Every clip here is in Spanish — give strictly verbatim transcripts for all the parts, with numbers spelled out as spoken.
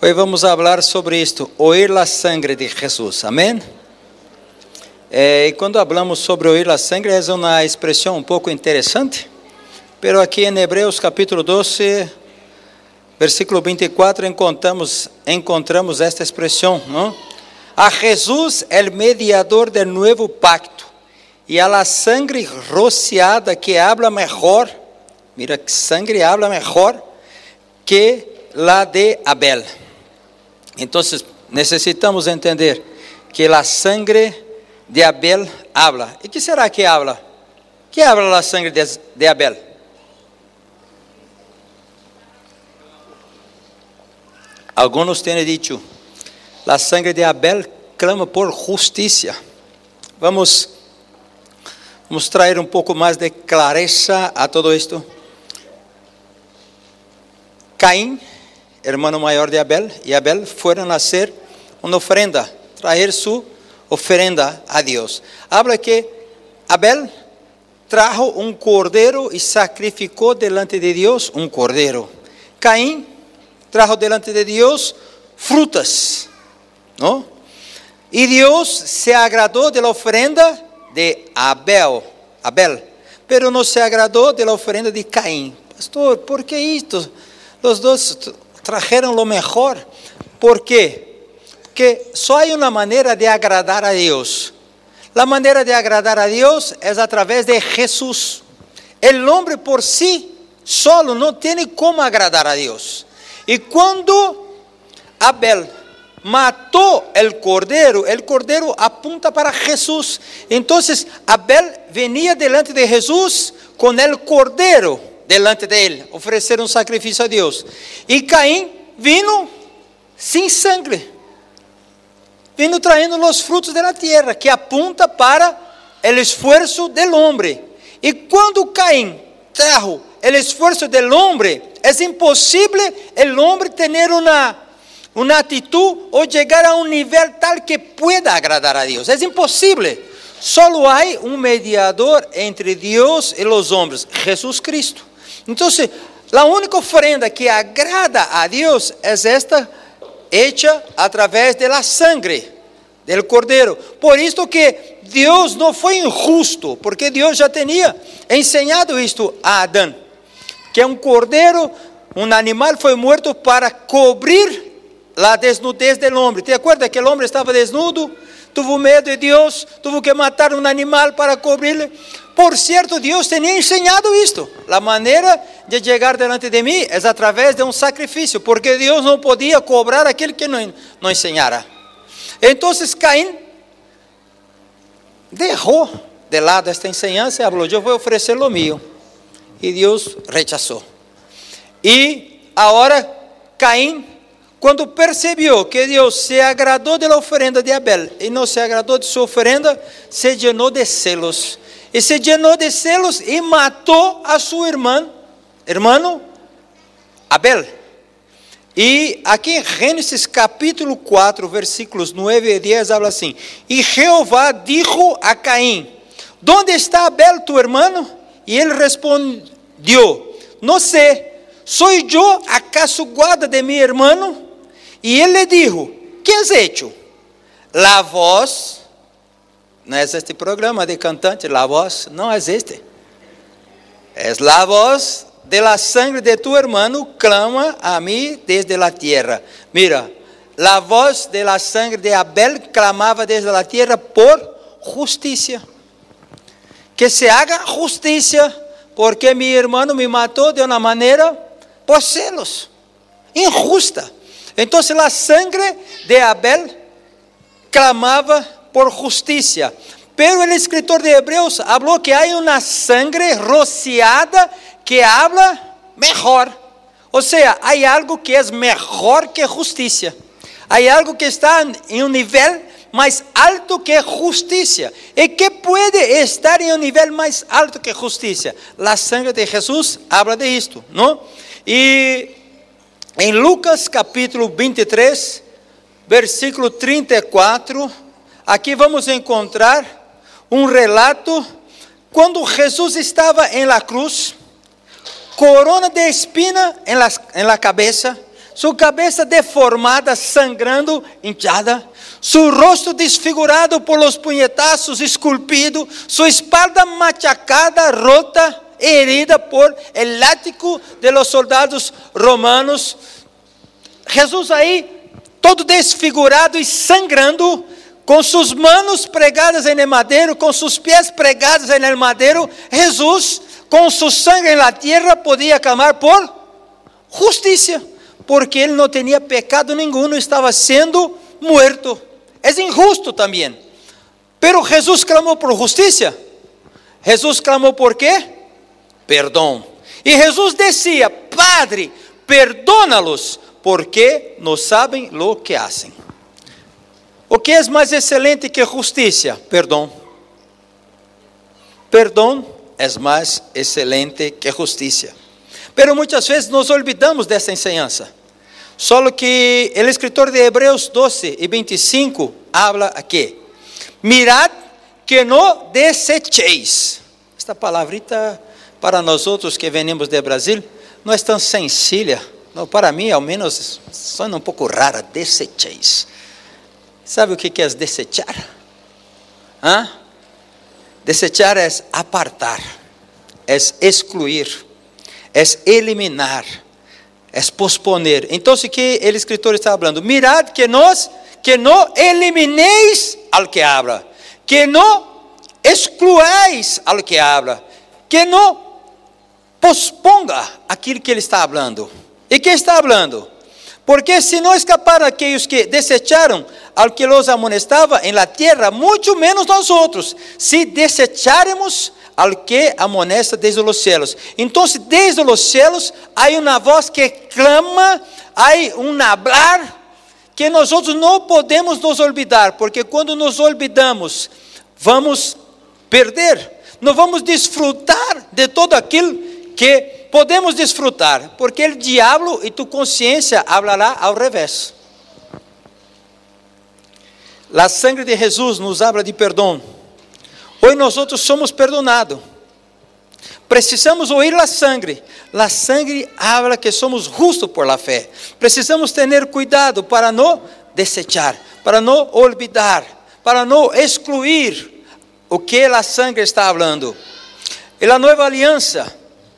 Hoy vamos a hablar sobre esto, oír la sangre de Jesús, amén. Eh, y cuando hablamos sobre oír la sangre es una expresión un poco interesante, pero aquí en Hebreos capítulo doce, versículo veinticuatro, encontramos, encontramos esta expresión, ¿no? A Jesús, el mediador del nuevo pacto, y a la sangre rociada que habla mejor, mira, sangre habla mejor que la de Abel. Entonces, necesitamos entender que la sangre de Abel habla. ¿Y qué será que habla? ¿Qué habla la sangre de, de Abel? Algunos tienen dicho, la sangre de Abel clama por justicia. Vamos, vamos a traer un poco más de clareza a todo esto. Caín, hermano mayor de Abel, y Abel fueron a hacer una ofrenda, traer su ofrenda a Dios. Habla que Abel trajo un cordero y sacrificó delante de Dios un cordero. Caín trajo delante de Dios frutas, ¿no? Y Dios se agradó de la ofrenda de Abel, Abel, pero no se agradó de la ofrenda de Caín. Pastor, ¿por qué esto? Los dos trajeron lo mejor. ¿Por qué? Porque solo hay una manera de agradar a Dios. La manera de agradar a Dios es a través de Jesús. El hombre por sí solo no tiene cómo agradar a Dios. Y cuando Abel mató el cordero, el cordero apunta para Jesús. Entonces Abel venía delante de Jesús con el cordero delante de él, ofrecer un sacrificio a Dios. Y Caín vino sin sangre, vino trayendo los frutos de la tierra, que apunta para el esfuerzo del hombre. Y cuando Caín trajo el esfuerzo del hombre, es imposible el hombre tener una, una actitud o llegar a un nivel tal que pueda agradar a Dios. Es imposible. Solo hay un mediador entre Dios y los hombres, Jesús Cristo. Entonces, la única ofrenda que agrada a Dios es esta hecha a través de la sangre del cordero. Por esto que Dios no fue injusto, porque Dios ya tenía enseñado esto a Adán, que un cordero, un animal fue muerto para cubrir la desnudez del hombre. ¿Te acuerdas que el hombre estaba desnudo? Tuvo miedo de Dios, tuvo que matar un animal para cubrirle. Por cierto, Dios tenía enseñado esto. La manera de llegar delante de mí es a través de un sacrificio, porque Dios no podía cobrar a aquel que no, no enseñara. Entonces Caín dejó de lado esta enseñanza y habló, yo voy a ofrecer lo mío. Y Dios rechazó. Y ahora Caín, cuando percibió que Dios se agradó de la ofrenda de Abel y no se agradó de su ofrenda, se llenó de celos. Y se llenó de celos y mató a su hermano, hermano Abel. Y aquí en Génesis capítulo cuatro, versículos nueve y diez, habla así. Y Jehová dijo a Caín, ¿dónde está Abel tu hermano? Y él respondió, no sé, ¿soy yo acaso guarda de mi hermano? Y él le dijo, ¿qué has hecho? La voz, no es este programa de cantante, la voz, no es este. Es la voz de la sangre de tu hermano, clama a mí desde la tierra. Mira, la voz de la sangre de Abel clamaba desde la tierra por justicia. Que se haga justicia, porque mi hermano me mató de una manera por celos, injusta. Entonces la sangre de Abel clamaba por justicia. Pero el escritor de Hebreos habló que hay una sangre rociada que habla mejor. O sea, hay algo que es mejor que justicia. Hay algo que está en un nivel más alto que justicia. ¿Y qué puede estar en un nivel más alto que justicia? La sangre de Jesús habla de esto, ¿no? Y en Lucas capítulo veintitrés, versículo treinta y cuatro, aquí vamos a encontrar un relato cuando Jesús estaba en la cruz, corona de espina en la, en la cabeza, su cabeza deformada, sangrando, hinchada, su rostro desfigurado por los puñetazos, esculpido, su espalda machacada, rota, herida por el látigo de los soldados romanos. Jesús ahí, todo desfigurado y sangrando, con sus manos pregadas en el madero, con sus pies pregados en el madero. Jesús, con su sangre en la tierra, podía clamar por justicia, porque él no tenía pecado ninguno, estaba siendo muerto. Es injusto también, pero Jesús clamó por justicia. Jesús clamó por qué? Perdón. Y Jesús decía: Padre, perdónalos, porque no saben lo que hacen. O que es más excelente que justicia? Perdón. Perdón es más excelente que justicia. Pero muchas veces nos olvidamos de esa enseñanza. Solo que el escritor de Hebreos doce y veinticinco habla aquí: mirad que no desechéis. Esta palabrita para nosotros que venimos de Brasil no es tan sencilla. No, para mí al menos suena un poco rara. Desechéis. ¿Sabe o que é desechar? ¿Ah? Desechar es apartar, es excluir, es eliminar, es posponer. Entonces, ¿qué el escritor está hablando? Mirad que, nos, que no eliminéis al que habla, que no excluáis al que habla, que no posponga aquilo que ele está hablando. ¿Y qué está hablando? Porque si no escaparon aquellos que desecharon al que los amonestaba en la tierra, mucho menos nosotros, si desecháramos al que amonesta desde los cielos. Entonces, desde los cielos hay una voz que clama, hay un hablar que nosotros no podemos nos olvidar, porque cuando nos olvidamos, vamos a perder, no vamos a disfrutar de todo aquilo que podemos disfrutar, porque el diablo y tu conciencia hablará al revés. La sangre de Jesús nos habla de perdón. Hoy nosotros somos perdonados. Precisamos oír la sangre. La sangre habla que somos justos por la fe. Precisamos tener cuidado para no desechar, para no olvidar, para no excluir o que la sangre está hablando. Y la nueva alianza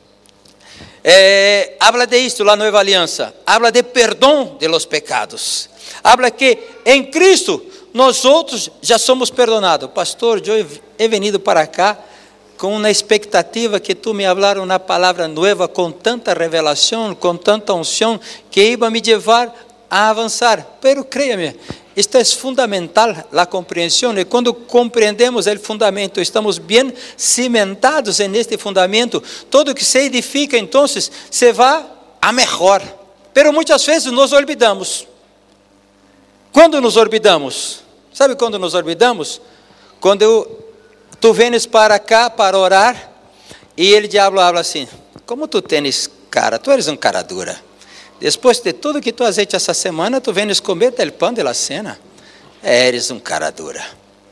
Eh, habla de esto, la nueva alianza, habla de perdón de los pecados, habla que en Cristo nosotros ya somos perdonados. Pastor, yo he, he venido para acá con una expectativa que tú me hablara una palabra nueva, con tanta revelación, con tanta unción, que iba a me llevar a avanzar, pero créame, esto es fundamental, la comprensión, y cuando compreendemos el fundamento, estamos bien cimentados en este fundamento, todo que se edifica entonces se va a mejor, pero muchas veces nos olvidamos. ¿Cuándo nos olvidamos? ¿Sabe cuándo nos olvidamos? Cuando tú vienes para acá para orar y el diablo habla así: ¿cómo tú tienes cara? Tú eres un cara dura. Después de tudo que tu has hecho essa semana, tu vienes comer del pan de la cena. Eres um cara dura.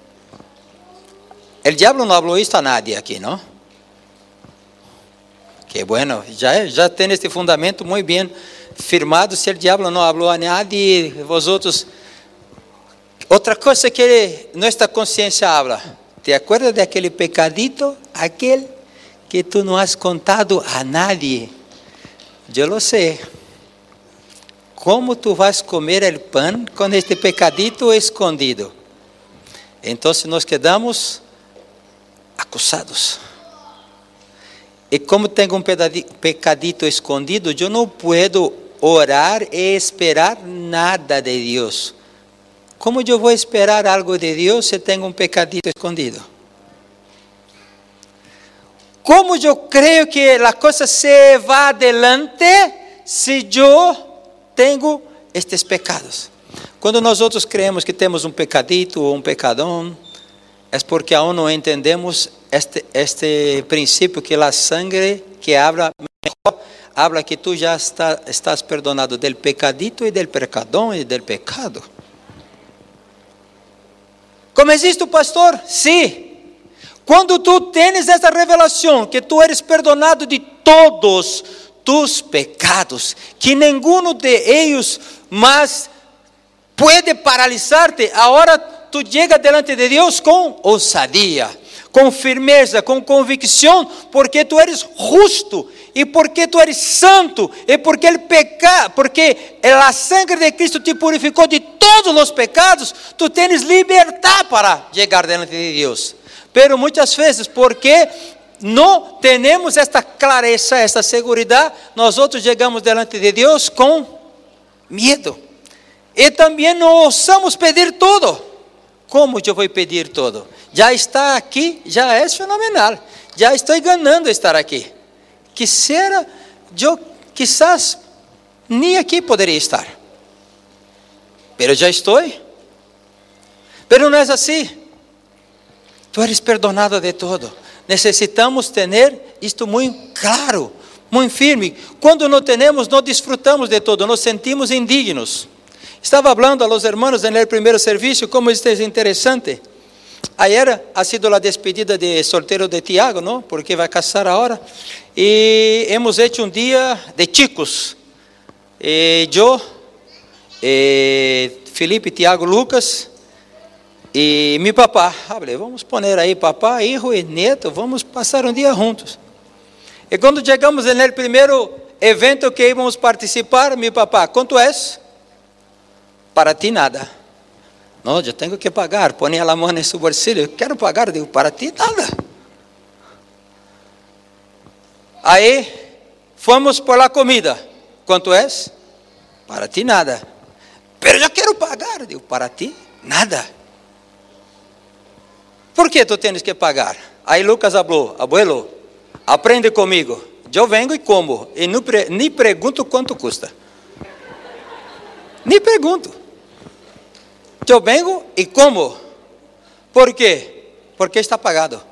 El diablo no habló esto a nadie aquí, ¿no? Que bueno, já, já tem este fundamento muito bem firmado. Se el diablo não habló a nadie, vosotros... Outra coisa que nossa consciência habla. ¿Te acuerdas de aquele pecadito? Aquele que tu não has contado a nadie. Eu lo sei. ¿Cómo tú vas a comer el pan con este pecadito escondido? Entonces nos quedamos acusados. Y como tengo un pecadito escondido, yo no puedo orar y esperar nada de Dios. ¿Cómo yo voy a esperar algo de Dios si tengo un pecadito escondido? ¿Cómo yo creo que la cosa se va adelante si yo tenho estes pecados? Quando nós outros creemos que temos um pecadito ou um pecadão, é porque aún não entendemos este, este princípio que a sangre que habla mejor, habla que tu já está, estás perdonado del pecadito e del pecadão e del pecado. Como existe o pastor? Sim. Quando tu tens essa revelação que tu eres perdonado de todos tus pecados, que ninguno de ellos más puede paralizarte. Ahora tú llegas delante de Dios con osadía, con firmeza, con convicción, porque tú eres justo y porque tú eres santo y porque el pecado, porque la sangre de Cristo te purificó de todos los pecados. Tú tienes libertad para llegar delante de Dios. Pero muchas veces, porque no tenemos esta clareza, esta seguridad, nosotros llegamos delante de Dios con miedo. Y también no osamos pedir todo. ¿Cómo yo voy a pedir todo? Ya está aquí, ya es fenomenal. Ya estoy ganando estar aquí. Quisiera, yo quizás ni aquí podría estar. Pero ya estoy. Pero no es así. Tú eres perdonado de todo. Necesitamos tener esto muy claro, muy firme. Cuando no tenemos, no disfrutamos de todo, nos sentimos indignos. Estaba hablando a los hermanos en el primer servicio, como esto es interesante. Ayer ha sido la despedida de soltero de Tiago, ¿no? Porque va a casar ahora. Y hemos hecho un día de chicos. Eh, yo, eh, Felipe, Tiago, Lucas y mi papá. Hablé, vamos poner ahí papá, hijo y nieto, vamos pasar un día juntos. Y cuando llegamos en el primer evento que íbamos a participar, mi papá, ¿cuánto es? Para ti nada. No, yo tengo que pagar. Ponía la mano en su bolsillo. Quiero pagar. Digo, para ti nada. Ahí fuimos por la comida. ¿Cuánto es? Para ti nada. Pero yo quiero pagar. Digo, para ti nada. ¿Por qué tú tienes que pagar? Aí Lucas habló, abuelo, aprende comigo. Eu vengo e como, e não pre, nem pergunto quanto custa. Nem pergunto. Eu vengo e como. Por quê? Porque está pagado.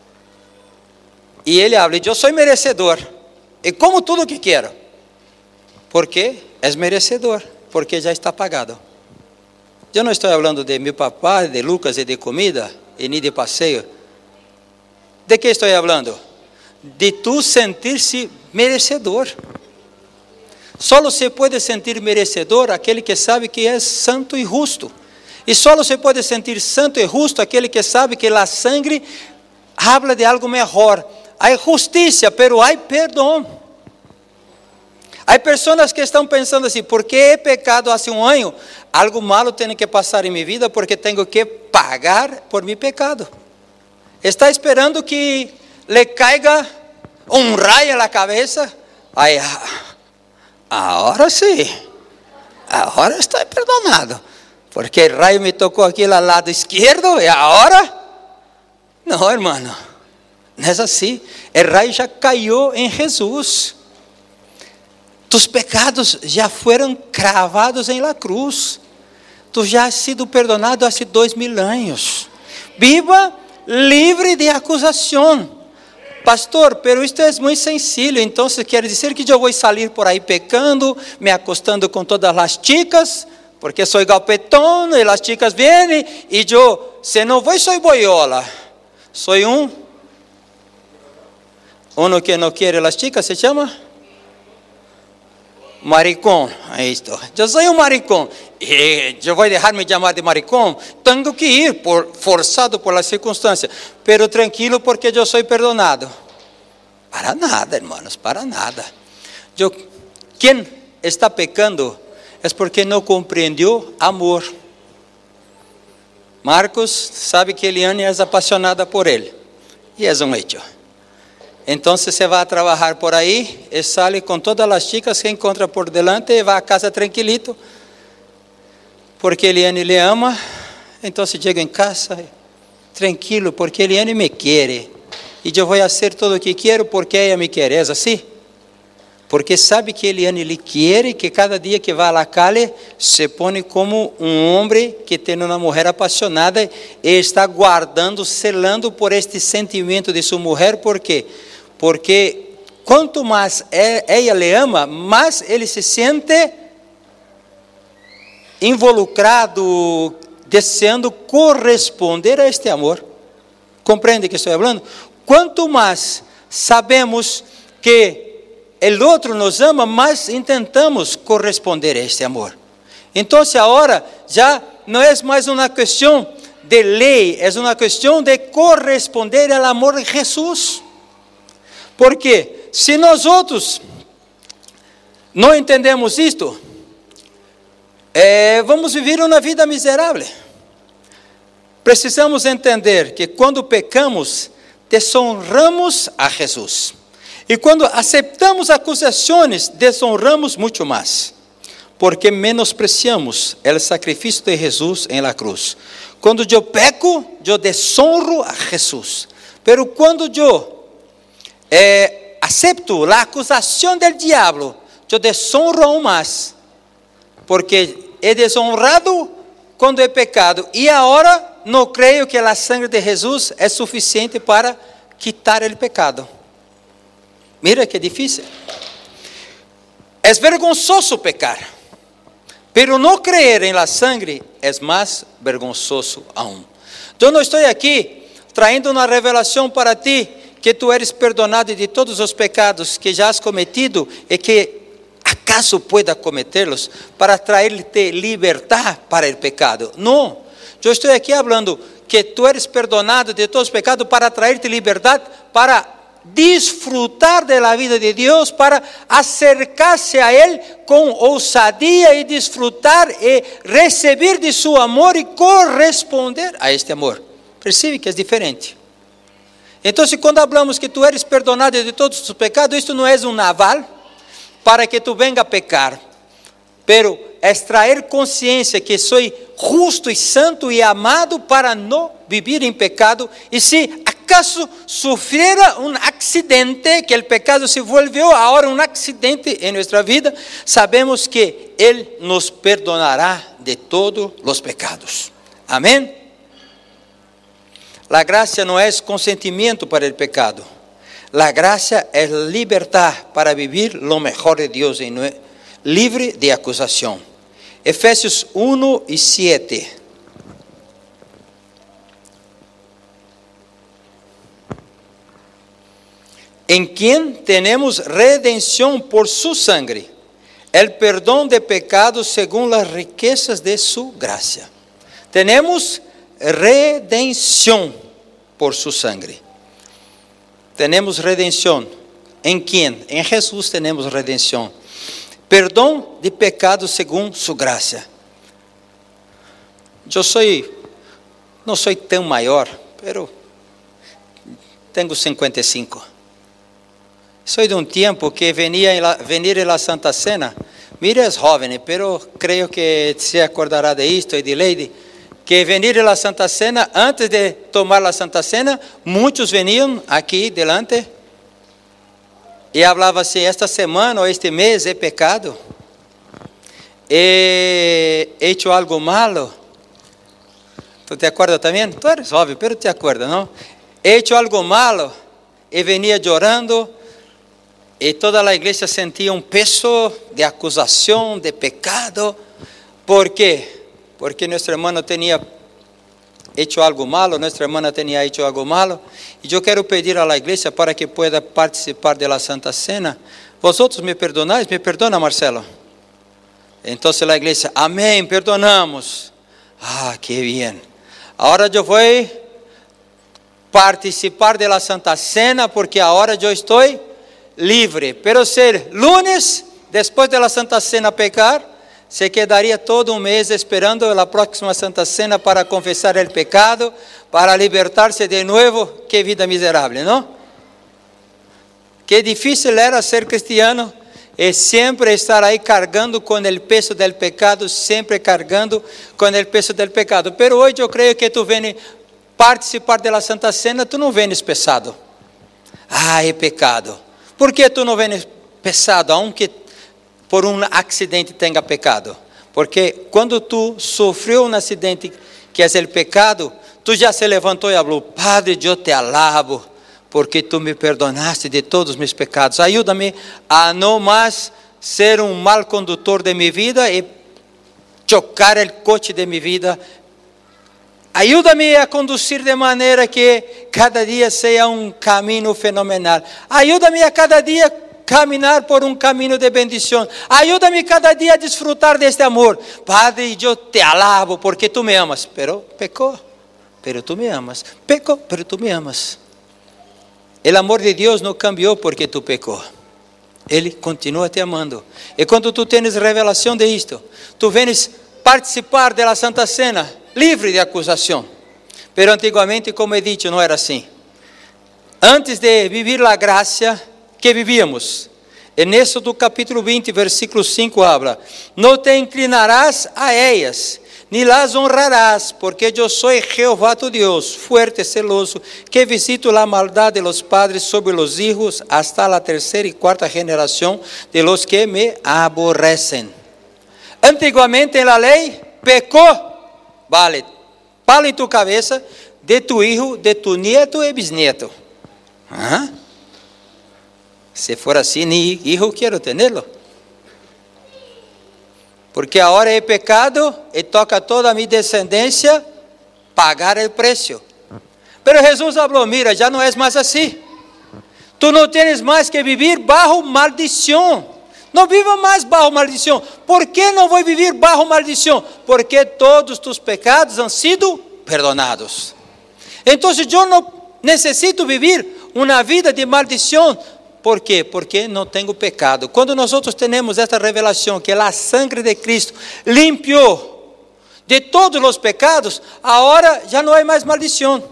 E ele habla, eu sou merecedor. E como tudo o que quero. Porque és merecedor, porque já está pagado. Eu não estou falando de meu papá, de Lucas e de comida, e nem de passeio. De que estou falando? De tu sentir-se merecedor. Só se pode sentir merecedor aquele que sabe que é santo e justo. E só se pode sentir santo e justo aquele que sabe que a sangre habla de algo melhor. Há justiça, pero há perdão. Há pessoas que estão pensando assim, porque he pecado há um ano, algo malo tem que passar em minha vida porque tenho que pagar por meu pecado. Está esperando que le caiga um raio na cabeça. Aí, agora sim, agora estou perdonado, porque o raio me tocou aqui ao lado esquerdo e agora, não, hermano, não é assim. O raio já caiu em Jesus. Tus pecados já foram cravados em la cruz. Tu já has sido perdonado há dois mil anos. Viva livre de acusação. Pastor, pero isto é muito sencillo. Então, quer dizer que eu vou sair por aí pecando, me acostando com todas as chicas, porque sou galpetón, e as chicas vêm, e eu, se não vou, sou boiola. Sou um, uno que não quer as chicas, se chama? Maricón, aí estou. Eu sou um maricón. E eu vou deixar me chamar de maricón. Tenho que ir, por, forçado por las circunstâncias. Pero tranquilo, porque eu sou perdonado. Para nada, hermanos, para nada. Eu, quem está pecando é porque não compreendeu amor. Marcos sabe que Eliane é apaixonada por ele. E é um hecho. Então você vai trabalhar por aí e sai com todas as chicas que encontra por delante e vai a casa tranquilito, porque Eliane lhe ama. Então chega em casa tranquilo, porque Eliane me quer e eu vou fazer tudo o que quero porque ela me quer. É assim? Porque sabe que Eliane lhe quer e que cada dia que vai à calle se põe como um homem que tem uma mulher apaixonada e está guardando, selando por este sentimento de sua mulher. Por quê? Porque quanto mais ela le ama, mais ele se sente involucrado, desejando corresponder a este amor. Compreende que estou falando? Quanto mais sabemos que el otro nos ama, más intentamos corresponder a este amor. Entonces ahora ya no es más una cuestión de ley, es una cuestión de corresponder al amor de Jesús. Porque si nosotros no entendemos esto, eh, vamos vivir una vida miserable. Precisamos entender que quando pecamos, desonramos a Jesús. E quando aceptamos acusações, desonramos muito mais, porque menospreciamos o sacrifício de Jesus em la cruz. Quando eu peco, eu desonro a Jesus. Pero quando eu eh, acepto a acusação do diabo, eu desonro aún mais, porque he desonrado quando he pecado. E agora não creio que a sangre de Jesus é suficiente para quitar o pecado. Mira que difícil. É vergonzoso pecar, pero não creer em la sangre é mais vergonzoso aún. Eu não estou aqui traindo uma revelação para ti que tu eres perdonado de todos os pecados que já has cometido e que acaso pueda cometê-los para trazer-te libertar para o pecado. Não, eu estou aqui falando que tu eres perdonado de todos os pecados para trazer-te liberdade para disfrutar de la vida de Dios, para acercarse a Él con ousadia y disfrutar y recibir de su amor y corresponder a este amor. Percibe que es diferente. Entonces, cuando hablamos que tú eres perdonado de todos tus pecados, esto no es un aval para que tú venga a pecar, pero es traer conciencia que soy justo y santo y amado para no vivir en pecado. Y si acaso sufriera un accidente, que el pecado se volvió ahora un accidente en nuestra vida, sabemos que Él nos perdonará de todos los pecados. Amén. La gracia no es consentimiento para el pecado. La gracia es libertad para vivir lo mejor de Dios, libre de acusación. Efesios uno y siete. En quien tenemos redención por su sangre, el perdón de pecados según las riquezas de su gracia. Tenemos redención por su sangre. Tenemos redención. ¿En quién? En Jesús tenemos redención. Perdón de pecados según su gracia. Yo soy, no soy tan mayor, pero tengo cincuenta y cinco. Soy de un tiempo que venía en la, venir en la Santa Cena. Mira, es joven, pero creo que se acordará de esto y de Lady. Que venir en la Santa Cena, antes de tomar la Santa Cena, muchos venían aquí delante y hablaban así: esta semana o este mes he pecado, he hecho algo malo. ¿Tú te acuerdas también? Tú eres joven, pero te acuerdas, ¿no? He hecho algo malo y venía llorando. Y toda la iglesia sentía un peso de acusación, de pecado. ¿Por qué? Porque nuestro hermano tenía hecho algo malo, nuestra hermana tenía hecho algo malo. Y yo quiero pedir a la iglesia para que pueda participar de la Santa Cena. ¿Vosotros me perdonáis? ¿Me perdona, Marcelo? Entonces la iglesia: amén, perdonamos. Ah, qué bien. Ahora yo voy a participar de la Santa Cena porque ahora yo estoy livre. Pero ser lunes, después de la Santa Cena, pecar, se quedaría todo un mes esperando la próxima Santa Cena para confesar el pecado, para libertarse de nuevo. Qué vida miserable, ¿no? Qué difícil era ser cristiano y siempre estar ahí cargando con el peso del pecado, siempre cargando con el peso del pecado. Pero hoy yo creo que tú vienes participar de la Santa Cena, tú no vienes pesado. Ah, he pecado. ¿Por qué tú no vienes pesado, aunque por um acidente tenha pecado? Porque quando tu sofreu um acidente que é o pecado, tu já se levantou e falou: Padre, eu te alabo, porque tu me perdonaste de todos os meus pecados. Ajuda-me a não mais ser um mal condutor de minha vida e chocar o coche de minha vida. Ajuda-me a conduzir de maneira que cada dia seja um caminho fenomenal. Ajuda-me a cada dia caminar por un camino de bendición. Ayúdame cada día a disfrutar de este amor. Padre, yo te alabo porque tú me amas. Pero pecó, pero tú me amas. Pecó, pero tú me amas. El amor de Dios no cambió porque tú pecó. Ele continua te amando. E quando tu tens revelação de isto, tu vens participar da Santa Cena, livre de acusação. Pero antigamente, como he dicho, não era assim. Antes de viver a graça que vivíamos, en Éxodo capítulo vinte, versículo cinco, habla: não te inclinarás a ellas, ni las honrarás, porque yo soy Jehová tu Dios, fuerte, celoso, que visito la maldad de los padres sobre los hijos hasta la tercera y cuarta generación de los que me aborrecen. Antiguamente en la ley, pecó, vale, palo en tu cabeza, de tu hijo, de tu nieto y bisnieto. ¿Ah? Si fuera así, ni hijo quiero tenerlo. Porque agora é pecado e toca toda a minha descendência pagar o preço. Pero Jesus falou: mira, já não é mais assim. Tu não tens mais que viver bajo maldição. Não viva mais bajo maldição. Por que não vou viver bajo maldição? Porque todos tus pecados han sido perdonados. Então, eu não necessito viver uma vida de maldição. ¿Por quê? Porque não tenho pecado. Quando nós temos esta revelação que a sangre de Cristo limpiou de todos os pecados, agora já não há mais maldição.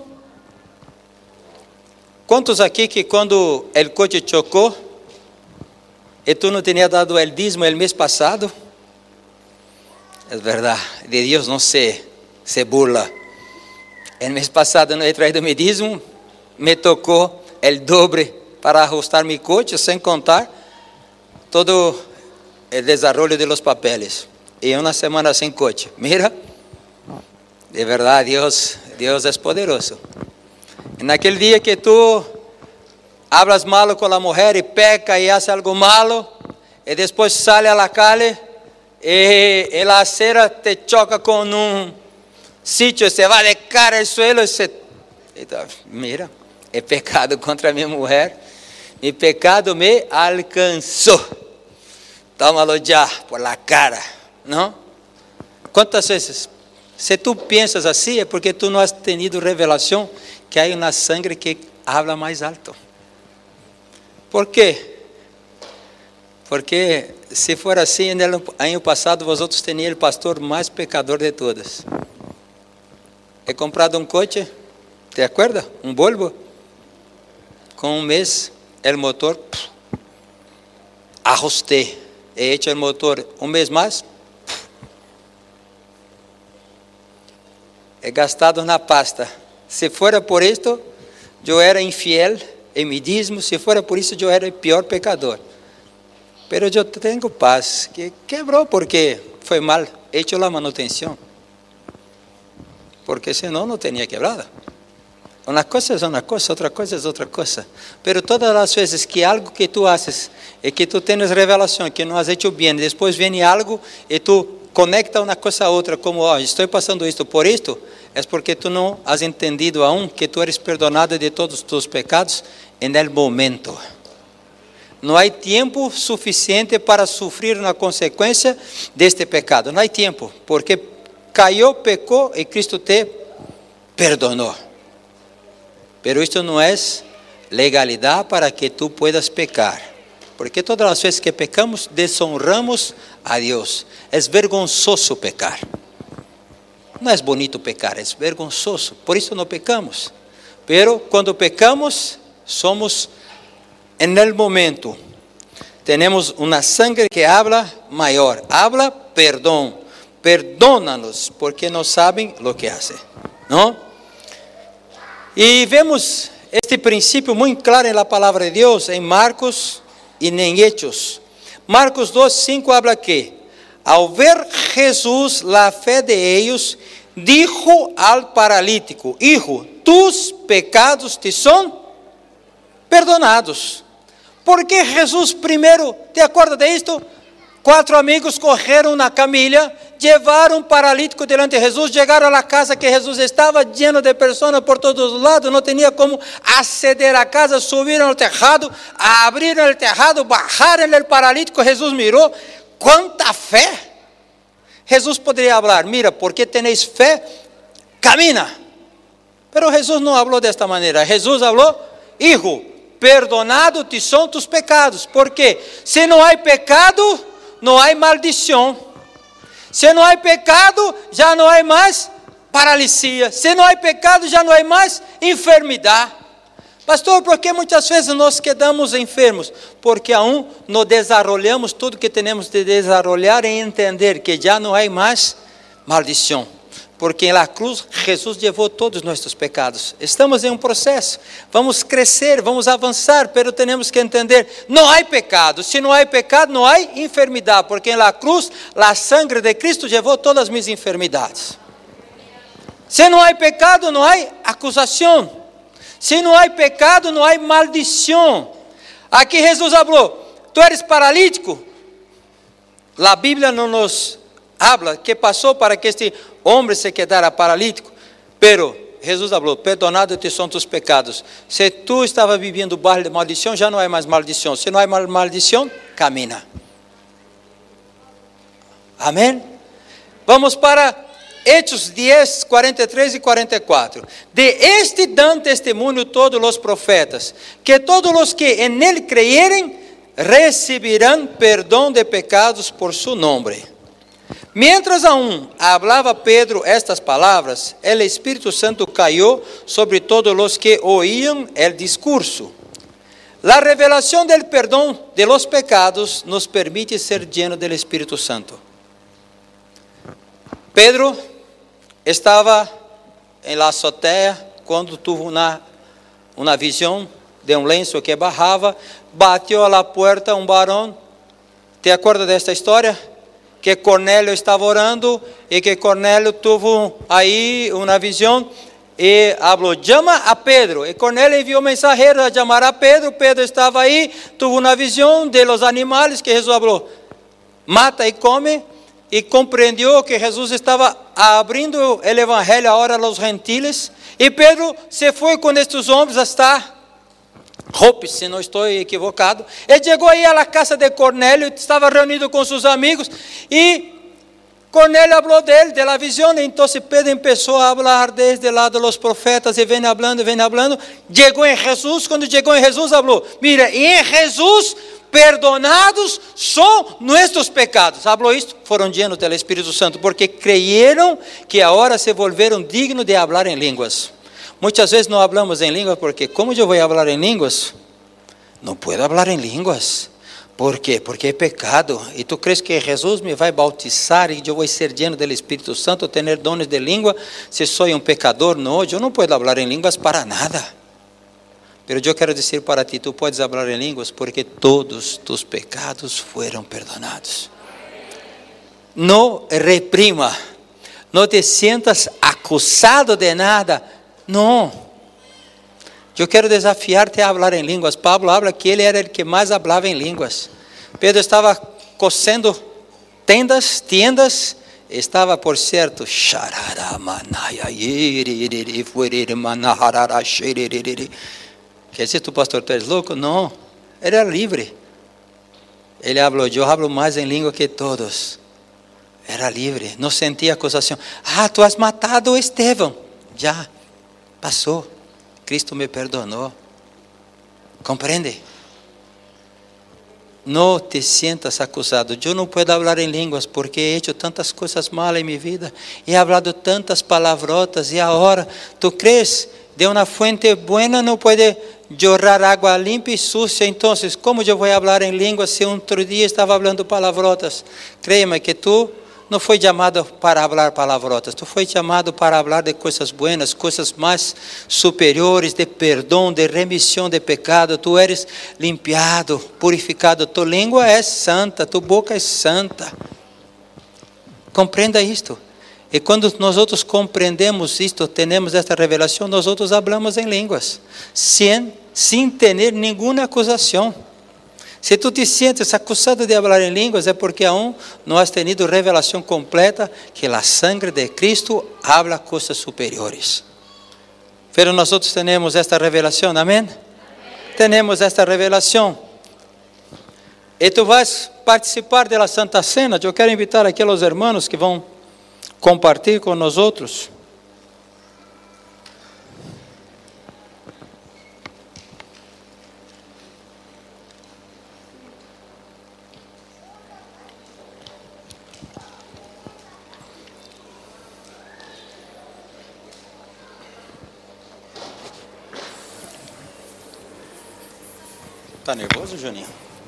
Quantos aqui que quando o coche chocou e tu não tinha dado o dízimo el mês passado? É verdade, de Deus não se, se burla. El mês passado não he traído meu dízimo, me tocou el doble para ajustar mi coche, sem contar todo o desarrollo de los papeles. E uma semana sem coche. Mira, de verdade, Deus, Deus é poderoso. E naquele dia que tu hablas malo com a mulher e peca e hace algo malo, e depois sale a la calle e, e la acera te choca com um sítio, e se vai de cara ao suelo, e se, e tá, mira, é pecado contra a minha mulher. Mi pecado me alcançou. Tómalo já por la cara, não? Quantas vezes, se tu pensas assim, é porque tu não has tenido revelação que há uma sangre que habla mais alto. ¿Por quê? Porque se for assim, no ano passado, vosotros teníamos o pastor mais pecador de todas. He comprado um coche, ¿te acuerdas? Um Volvo, com um mês. El motor, pff, ajusté, he hecho el motor un mes más, pff, he gastado na pasta. Se fuera por esto, yo era infiel en mi dízimo, se fuera por isso, yo era el peor pecador. Pero yo tengo paz, que quebró porque fue mal hecho la manutención, porque senão no tenía quebrada. Uma coisa é uma coisa, outra coisa é outra coisa. Pero todas as vezes que algo que tu haces e que tu tens revelação, que não has hecho bem, depois vem algo e tu conecta uma coisa a outra, como, oh, estou passando isto por isto, é porque tu não has entendido aún que tu eres perdonado de todos os tus pecados en el momento. Não há tempo suficiente para sofrer uma consequência deste pecado. Não há tempo, porque caiu, pecou e Cristo te perdonou. Pero isto não é legalidade para que tu puedas pecar. Porque todas as vezes que pecamos, deshonramos a Deus. É vergonzoso pecar. Não é bonito pecar, é vergonzoso. Por isso não pecamos. Pero quando pecamos, somos en el momento. Temos uma sangre que habla maior. Habla perdão. Perdónanos, porque não sabem o que fazem. Não? E vemos este princípio muito claro na palavra de Deus em Marcos e em Hechos. Marcos dois, cinco habla que, ao ver Jesus a fé de ellos, dijo al paralítico: Hijo, tus pecados te são perdonados. Porque Jesus primeiro, ¿te acuerdas de esto? Quatro amigos correram na camilla, levaram um paralítico delante de Jesus, chegaram à casa que Jesus estava, lleno de pessoas por todos os lados, não tinha como aceder à casa, subiram ao terrado, abriram o terrado, bajaram o paralítico, Jesus mirou, quanta fé! Jesus poderia falar, mira, porque tenéis fé, camina. Pero Jesus não falou desta maneira, Jesus falou, hijo, perdonado te são tus pecados, porque se não há pecado, não há maldição. Se não há pecado, já não há mais paralisia. Se não há pecado, já não há mais enfermidade. Pastor, por que muitas vezes nós quedamos enfermos? Porque aún não desarrollamos tudo que temos de desarrollar e entender que já não há mais maldição. Porque na cruz Jesus levou todos os nossos pecados. Estamos em um processo, vamos crescer, vamos avançar, pero temos que entender, não há pecado. Se não há pecado, não há enfermidade, porque na cruz a sangre de Cristo levou todas as minhas enfermidades. Se não há pecado, não há acusação. Se não há pecado, não há maldição. Aqui Jesus falou, tu eres paralítico? A Bíblia não nos habla que passou para que este homem se quedara paralítico, pero Jesus falou, perdonado te são tus pecados. Se tu estava vivendo baixo de maldição, já não há mais maldição. Se não há mais maldição, camina. Amém? Vamos para Hechos dez, quarenta e três e quarenta e quatro. De este dan testemunho todos os profetas, que todos os que en él creyeren recibirán perdão de pecados por su nombre. Mientras aún hablaba Pedro estas palabras, el Espíritu Santo cayó sobre todos los que oían el discurso. La revelación del perdón de los pecados nos permite ser llenos del Espíritu Santo. Pedro estava em la azotea quando tuvo uma, uma visão de um lenço que barrava, bateu a la puerta um varão. ¿Te acuerdas desta história? Que Cornélio estava orando e que Cornélio teve aí uma visão e falou, chama a Pedro. E Cornélio enviou mensageiros a chamar a Pedro. Pedro estava aí, teve uma visão de los animais que Jesus falou, mata e come. E compreendeu que Jesus estava abrindo o evangelho agora aos gentiles. E Pedro se foi com estes homens hasta Jope, se não estou equivocado. Ele chegou aí à casa de Cornélio, estava reunido com seus amigos. E Cornélio falou dele, da visão. Então Pedro começou a falar desde o lado dos profetas. E vem falando, vem falando. Chegou em Jesus. Quando chegou em Jesus, falou, mira, e em Jesus perdonados são nossos pecados. Falou isto, foram llenos do Espírito Santo, porque creyeron que agora se volveram dignos de falar em línguas. Muitas vezes não falamos em línguas, porque como eu vou falar em línguas? Não posso falar em línguas. ¿Por quê? Porque é pecado. E tu crees que Jesus me vai bautizar e eu vou ser lleno do Espírito Santo, ter dones de língua, se sou um pecador? Não, eu não posso falar em línguas para nada. Pero eu quero dizer para ti, tu podes falar em línguas porque todos tus pecados foram perdonados. Não reprima, não te sientas acusado de nada. Não. Eu quero desafiar-te a falar em línguas. Pablo habla que ele era o que mais falava em línguas. Pedro estava cosendo tendas, tiendas, estava, por certo, quer dizer, tu pastor, tu és louco? Não, ele era livre. Ele falou, eu falo mais em língua que todos. Era livre, não sentia acusação. Ah, tu has matado Estevão. Já, passou. Cristo me perdonou. Compreende? Não te sientas acusado. Eu não posso falar em línguas porque he hecho tantas coisas mal em minha vida. He hablado tantas palavrotas e agora, tu crees de uma fuente buena não pode jorrar água limpa e sucia. Então, como eu vou falar em línguas se outro dia estava falando palavrotas? Créeme que tu não foi chamado para falar palavrotas, tu foi chamado para falar de coisas buenas, coisas mais superiores, de perdão, de remissão de pecado. Tu eres limpiado, purificado, tu língua é santa, tu boca é santa. Compreenda isto. E quando nós outros compreendemos isto, temos esta revelação, nós outros falamos em línguas, sem, sem ter nenhuma acusação. Se tu te sientes acusado de hablar em línguas, é porque aún não has tenido revelação completa que a sangre de Cristo habla coisas superiores. Pero nós temos esta revelação, amém? Temos esta revelação. E tu vais participar da Santa Cena. Eu quero invitar aqui os irmãos que vão compartilhar com nós outros. Está nervoso, Juninho?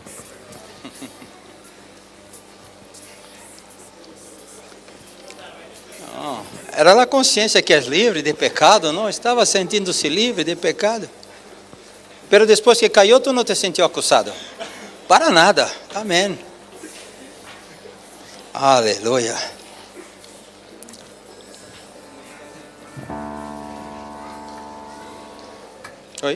Não, era a consciência que és livre de pecado, não? Estava sentindo-se livre de pecado. Pero depois que caiu, tu não te sentiu acusado? Para nada. Amém. Aleluia. Oi?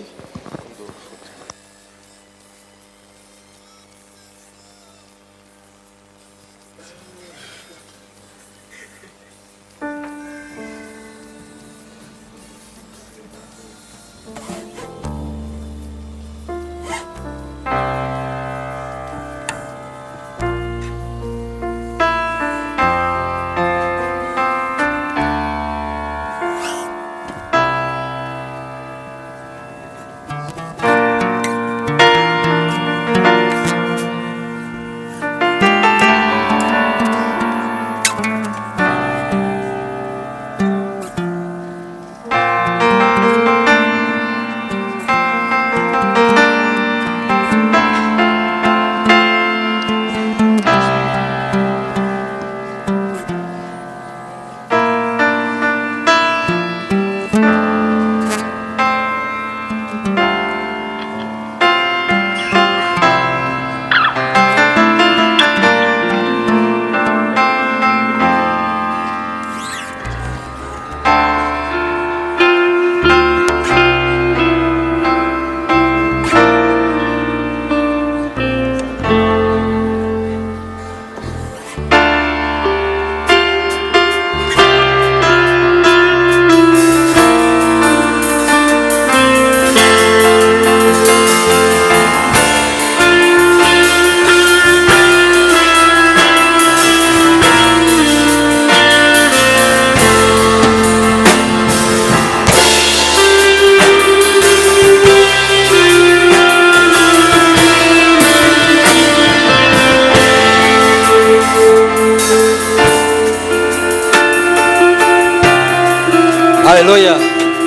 Aleluia.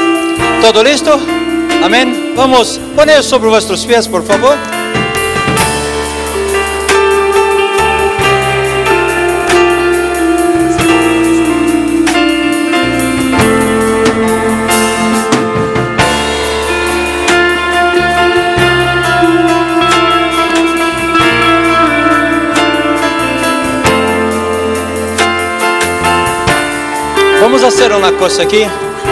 ¿Todo listo? Amén. Vamos, poneos sobre vuestros pies, por favor. Vamos hacer una cosa aquí.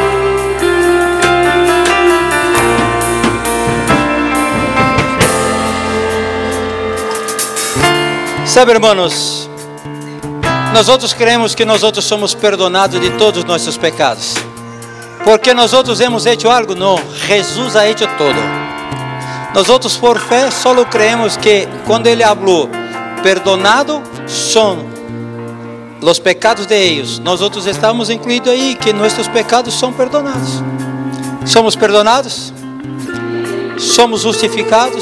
Sabe, irmãos, nós creemos que nós somos perdonados de todos nossos pecados. Porque nós hemos hecho algo? Não, Jesus ha hecho todo. Nós por fé só creemos que quando Ele falou, perdonado são os pecados de eles, nós estamos incluídos aí, que nossos pecados são perdonados. Somos perdonados, somos justificados,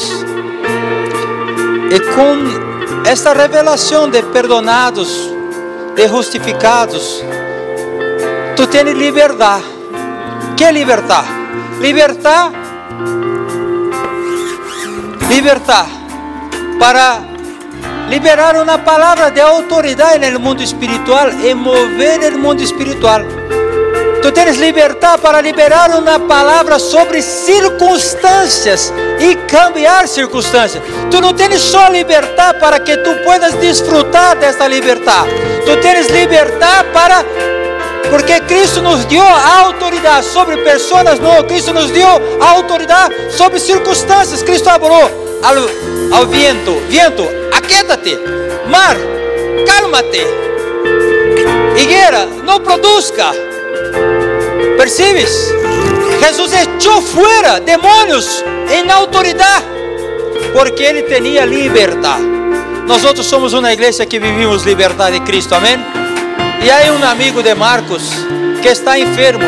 e com esta revelação de perdonados, de justificados, tu tens liberdade. Que é libertar? Libertar, libertar para liberar uma palavra de autoridade no mundo espiritual e mover o mundo espiritual. Tu tens libertad para liberar uma palavra sobre circunstâncias e cambiar circunstâncias. Tu não tens só libertad para que tu puedas disfrutar desta libertad. Tu tens libertad para, porque Cristo nos deu autoridade sobre pessoas, não, Cristo nos deu autoridade sobre circunstâncias. Cristo falou, ao viento: viento, aquietate; mar, cálmate; higuera, no produzca. ¿Percibes? Jesús echó fuera demonios en autoridad, porque Él tenía libertad. Nosotros somos una iglesia que vivimos libertad de Cristo, amén. Y hay un amigo de Marcos que está enfermo,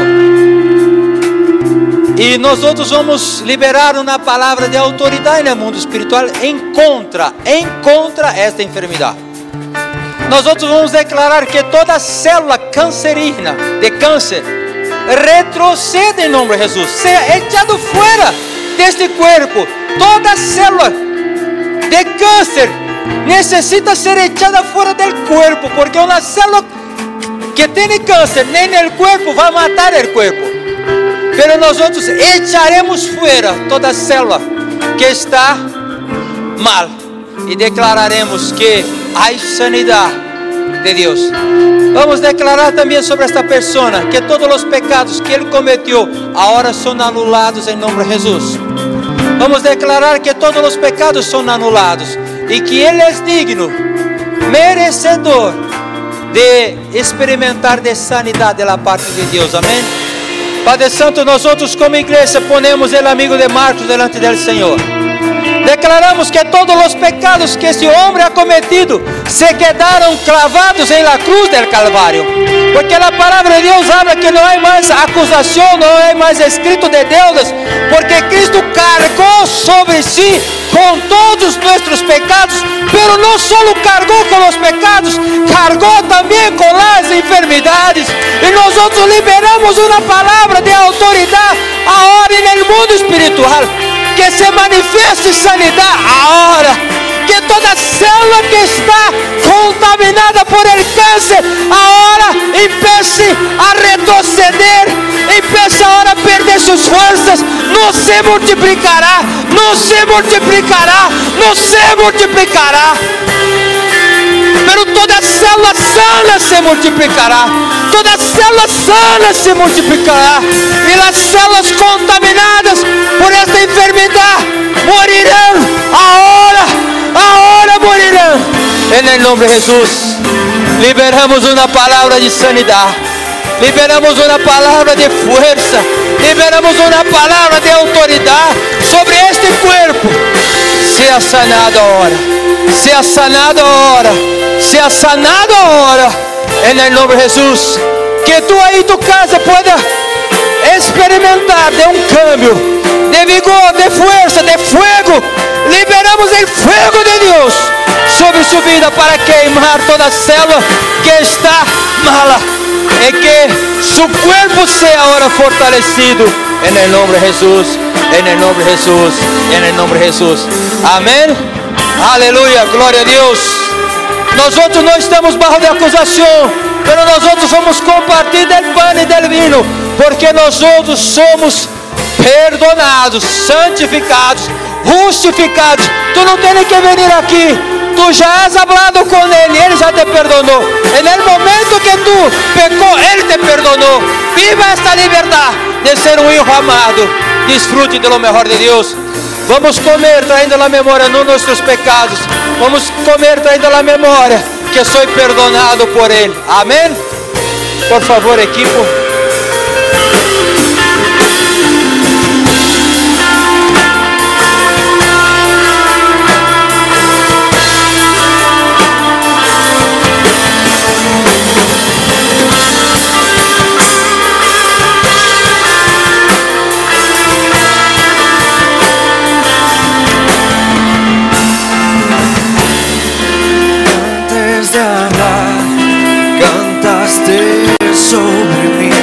y nosotros vamos liberar una palabra de autoridad en el mundo espiritual en contra, en contra de esta enfermedad. Nosotros vamos a declarar que toda célula cancerígena de cáncer retrocede en nombre de Jesús, sea echado fuera de este cuerpo. Toda célula de cáncer necesita ser echada fuera del cuerpo, porque una célula que tiene cáncer en el cuerpo va a matar el cuerpo. Pero nosotros echaremos fuera toda célula que está mal y declararemos que hay sanidad de Dios. Vamos a declarar también sobre esta persona que todos los pecados que él cometió ahora son anulados en nombre de Jesús. Vamos a declarar que todos los pecados son anulados y que Él es digno, merecedor de experimentar de sanidad de la parte de Dios. Amén. Padre Santo, nosotros como iglesia ponemos el amigo de Marcos delante del Señor. Declaramos que todos los pecados que este hombre ha cometido se quedaron clavados en la cruz del Calvario, porque la palabra de Dios habla que no hay más acusación, no hay más escrito de deudas, porque Cristo cargó sobre sí con todos nuestros pecados, pero no solo cargó con los pecados, cargó también con las enfermedades. Y nosotros liberamos una palabra de autoridad ahora en el mundo espiritual, que se manifieste sanidad ahora, que toda célula que está contaminada por el cáncer ahora empiece a retroceder, empiece ahora a perder sus fuerzas, no se multiplicará, no se multiplicará, no se multiplicará. Pero toda célula sana se multiplicará, toda célula sana se multiplicará, y las células contaminadas por esta enfermedad morirán ahora, ahora morirán. En el nombre de Jesús, liberamos una palabra de sanidad, liberamos una palabra de fuerza, liberamos una palabra de autoridad sobre este cuerpo. Sea sanado ahora, sea sanado ahora, sea sanado ahora, en el nombre de Jesús. Que tú ahí en tu casa puedas experimentar de un cambio, de vigor, de fuerza, de fuego. Liberamos el fuego de Dios sobre su vida para quemar toda célula que está mala, y que su cuerpo sea ahora fortalecido en el nombre de Jesús, en el nombre de Jesús, en el nombre de Jesús. Amén. Aleluya, gloria a Dios. Nosotros no estamos bajo de acusación, pero nosotros somos compartir del pan y del vino, porque nosotros somos perdonados, santificados, justificados. Tú no tienes que venir aquí, tú ya has hablado con Él y Él ya te perdonó. En el momento que tú pecó, Él te perdonó. Viva esta libertad de ser un hijo amado. Disfrute de lo mejor de Dios. Vamos comer trayendo a la memoria no nuestros pecados, vamos comer trayendo a la memoria que soy perdonado por Él. Amén. Por favor, equipo. Sobre mí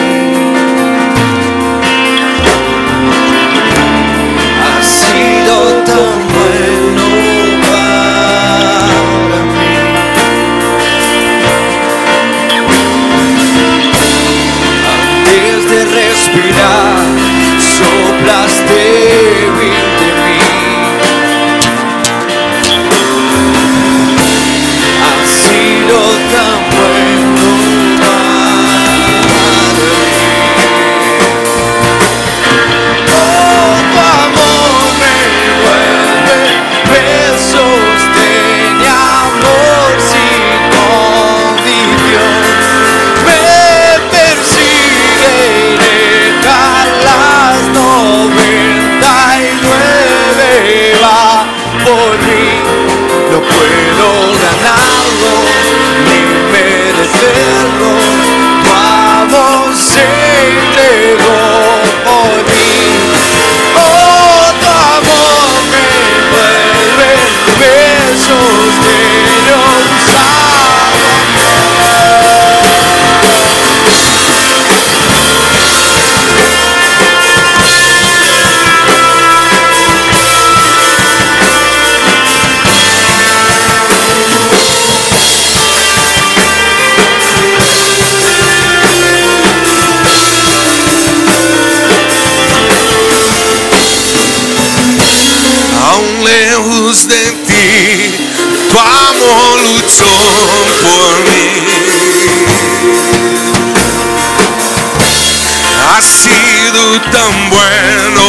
tan bueno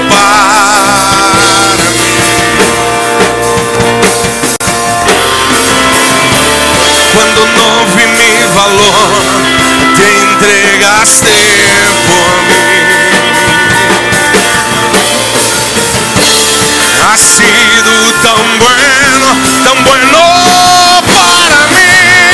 para mí. Cuando no vi mi valor, te entregaste por mí. Ha sido tan bueno, tan bueno para mí.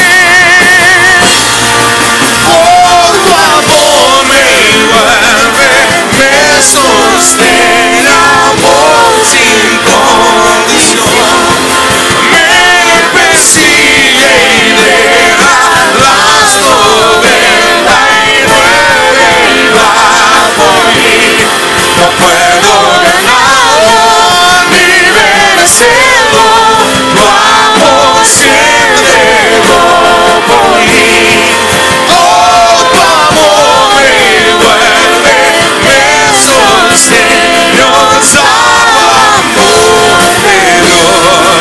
Oh, tu amor me envuelve, me sostiene, amor sin condición. Me persigue y deja las novelas y muere y va por mí. No puedo ganarlo ni vencerlo, tu amor se entregó por mí. Oh, tu amor me envuelve, me sostiene, os amor de Dios.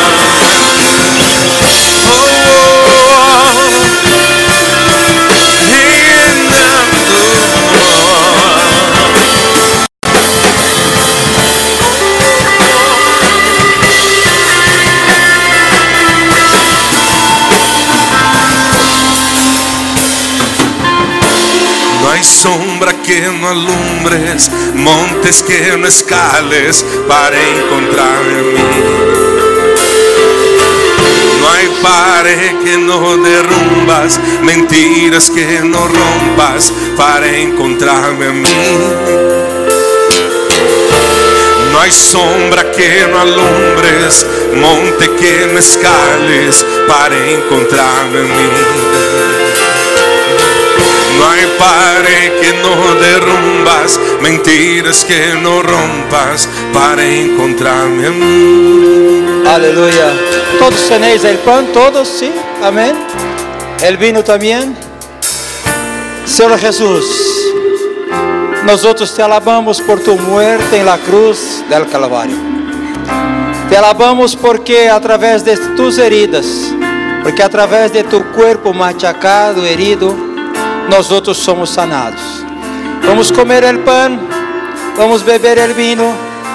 Oh, no hay sombra que no alumbres, montes que no escales para encontrarme a mí. No hay pared que no derrumbas, mentiras que no rompas para encontrarme a mí. No hay sombra que no alumbres, monte que no escales para encontrarme a mí. No hay pared que no derrumbas, mentiras que no rompas para encontrarme a mí. Aleluya. Todos tenéis el pan, todos, sí, amén. El vino también. Señor Jesús, nosotros te alabamos por tu muerte en la cruz del Calvario. Te alabamos porque a través de tus heridas, porque a través de tu cuerpo machacado, herido, nosotros somos sanados. Vamos comer el pan, vamos beber el vino,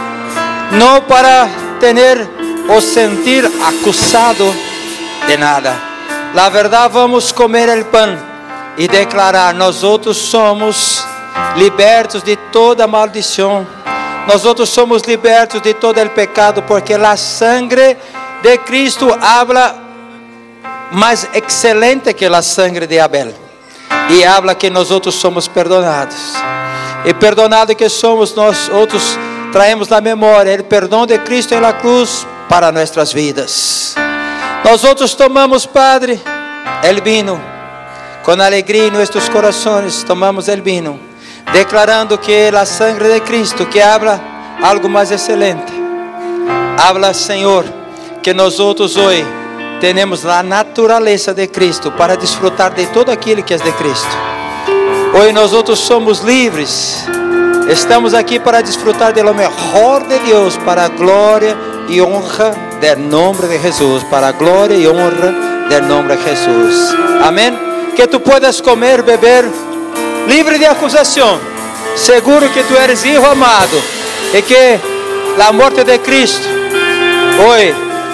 no para tener o sentir acusado de nada. La verdad, vamos comer el pan y declarar: nosotros somos libertos de toda maldición, nosotros somos libertos de todo el pecado, porque la sangre de Cristo habla más excelente que la sangre de Abel. E habla que nós outros somos perdonados. E perdonado que somos, nós outros traemos na memória o perdão de Cristo na cruz para nossas vidas. Nós outros tomamos, Padre, el vino. Com alegria em nossos corações tomamos el vino, declarando que a sangre de Cristo, que habla algo mais excelente, habla, Senhor, que nós outros hoje temos a natureza de Cristo para desfrutar de todo aquilo que é de Cristo. Hoje nós outros somos livres. Estamos aqui para desfrutar de lo mejor de Deus, para a glória e honra do nome de Jesus, para a glória e honra do nome de Jesus. Amém. Que tu puedas comer, beber, livre de acusação, seguro que tu eres hijo amado e que a morte de Cristo hoje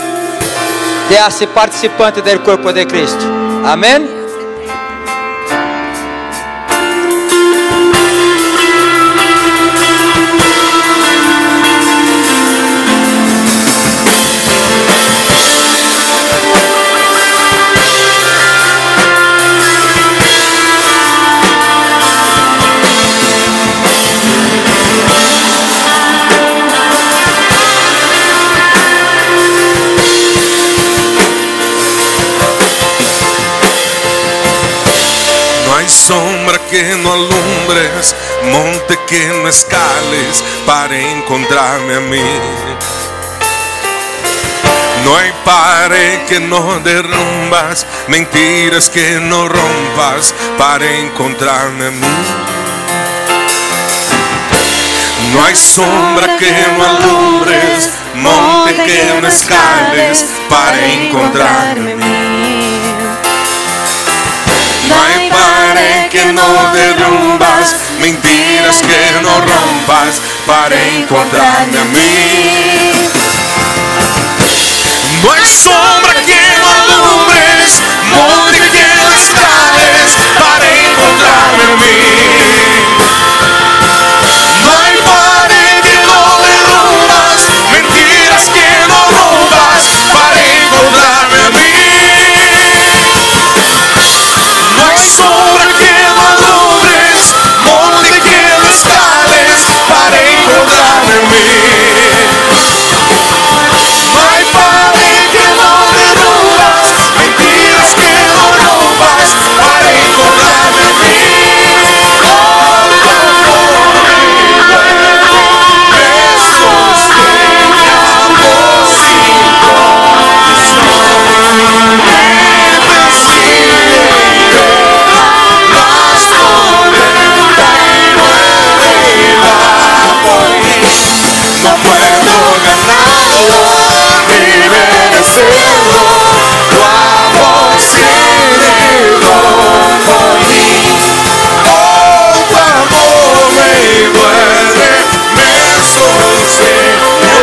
te hace participante del cuerpo de Cristo. Amén. Sombra que no alumbres, monte que no escales para encontrarme a mí. No hay pared que no derrumbas, mentiras que no rompas para encontrarme a mí. No hay sombra que no alumbres, monte que no escales para encontrarme a mí. No hay pared pared que no derrumbas, mentiras que no rompas para encontrarme a mí. No hay sombra que no alumbres, monte que no escales para encontrarme a mí. No hay pared que no derrumbas, mentiras que no rompas para encontrarme a mí. No hay sombra que no alumbres, monte que no escales para encontrarme a mí. No hay pared que no derrumbas, mentiras que no rompas para encontrarme a mí. Oh, no puedo ganarlo ni merecerlo, tu amor generó por mí. Oh, tu amor me envuelve, me sostiene,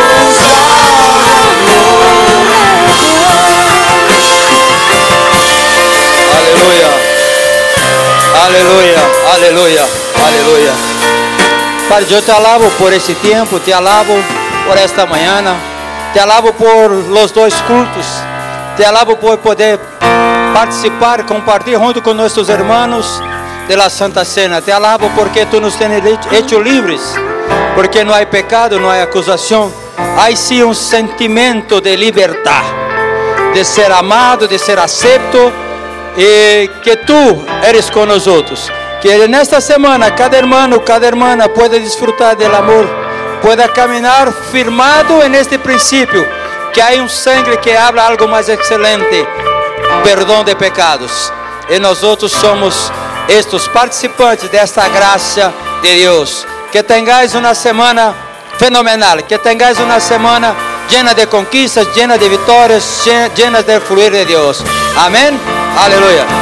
Aleluya, aleluya, aleluya. Padre, yo te alabo por ese tiempo, te alabo por esta mañana, te alabo por los dos cultos, te alabo por poder participar, compartir junto con nuestros hermanos de la Santa Cena. Te alabo porque tú nos tienes hecho libres, porque no hay pecado, no hay acusación, hay sí un sentimiento de libertad, de ser amado, de ser acepto, y que tú eres con nosotros. Que en esta semana cada hermano, cada hermana pueda disfrutar del amor, pueda caminar firmado en este principio, que hay un sangre que habla algo más excelente, perdón de pecados. Y nosotros somos estos participantes de esta gracia de Dios. Que tengáis una semana fenomenal, que tengáis una semana llena de conquistas, llena de victorias, llena del fluir de Dios. Amén. Aleluya.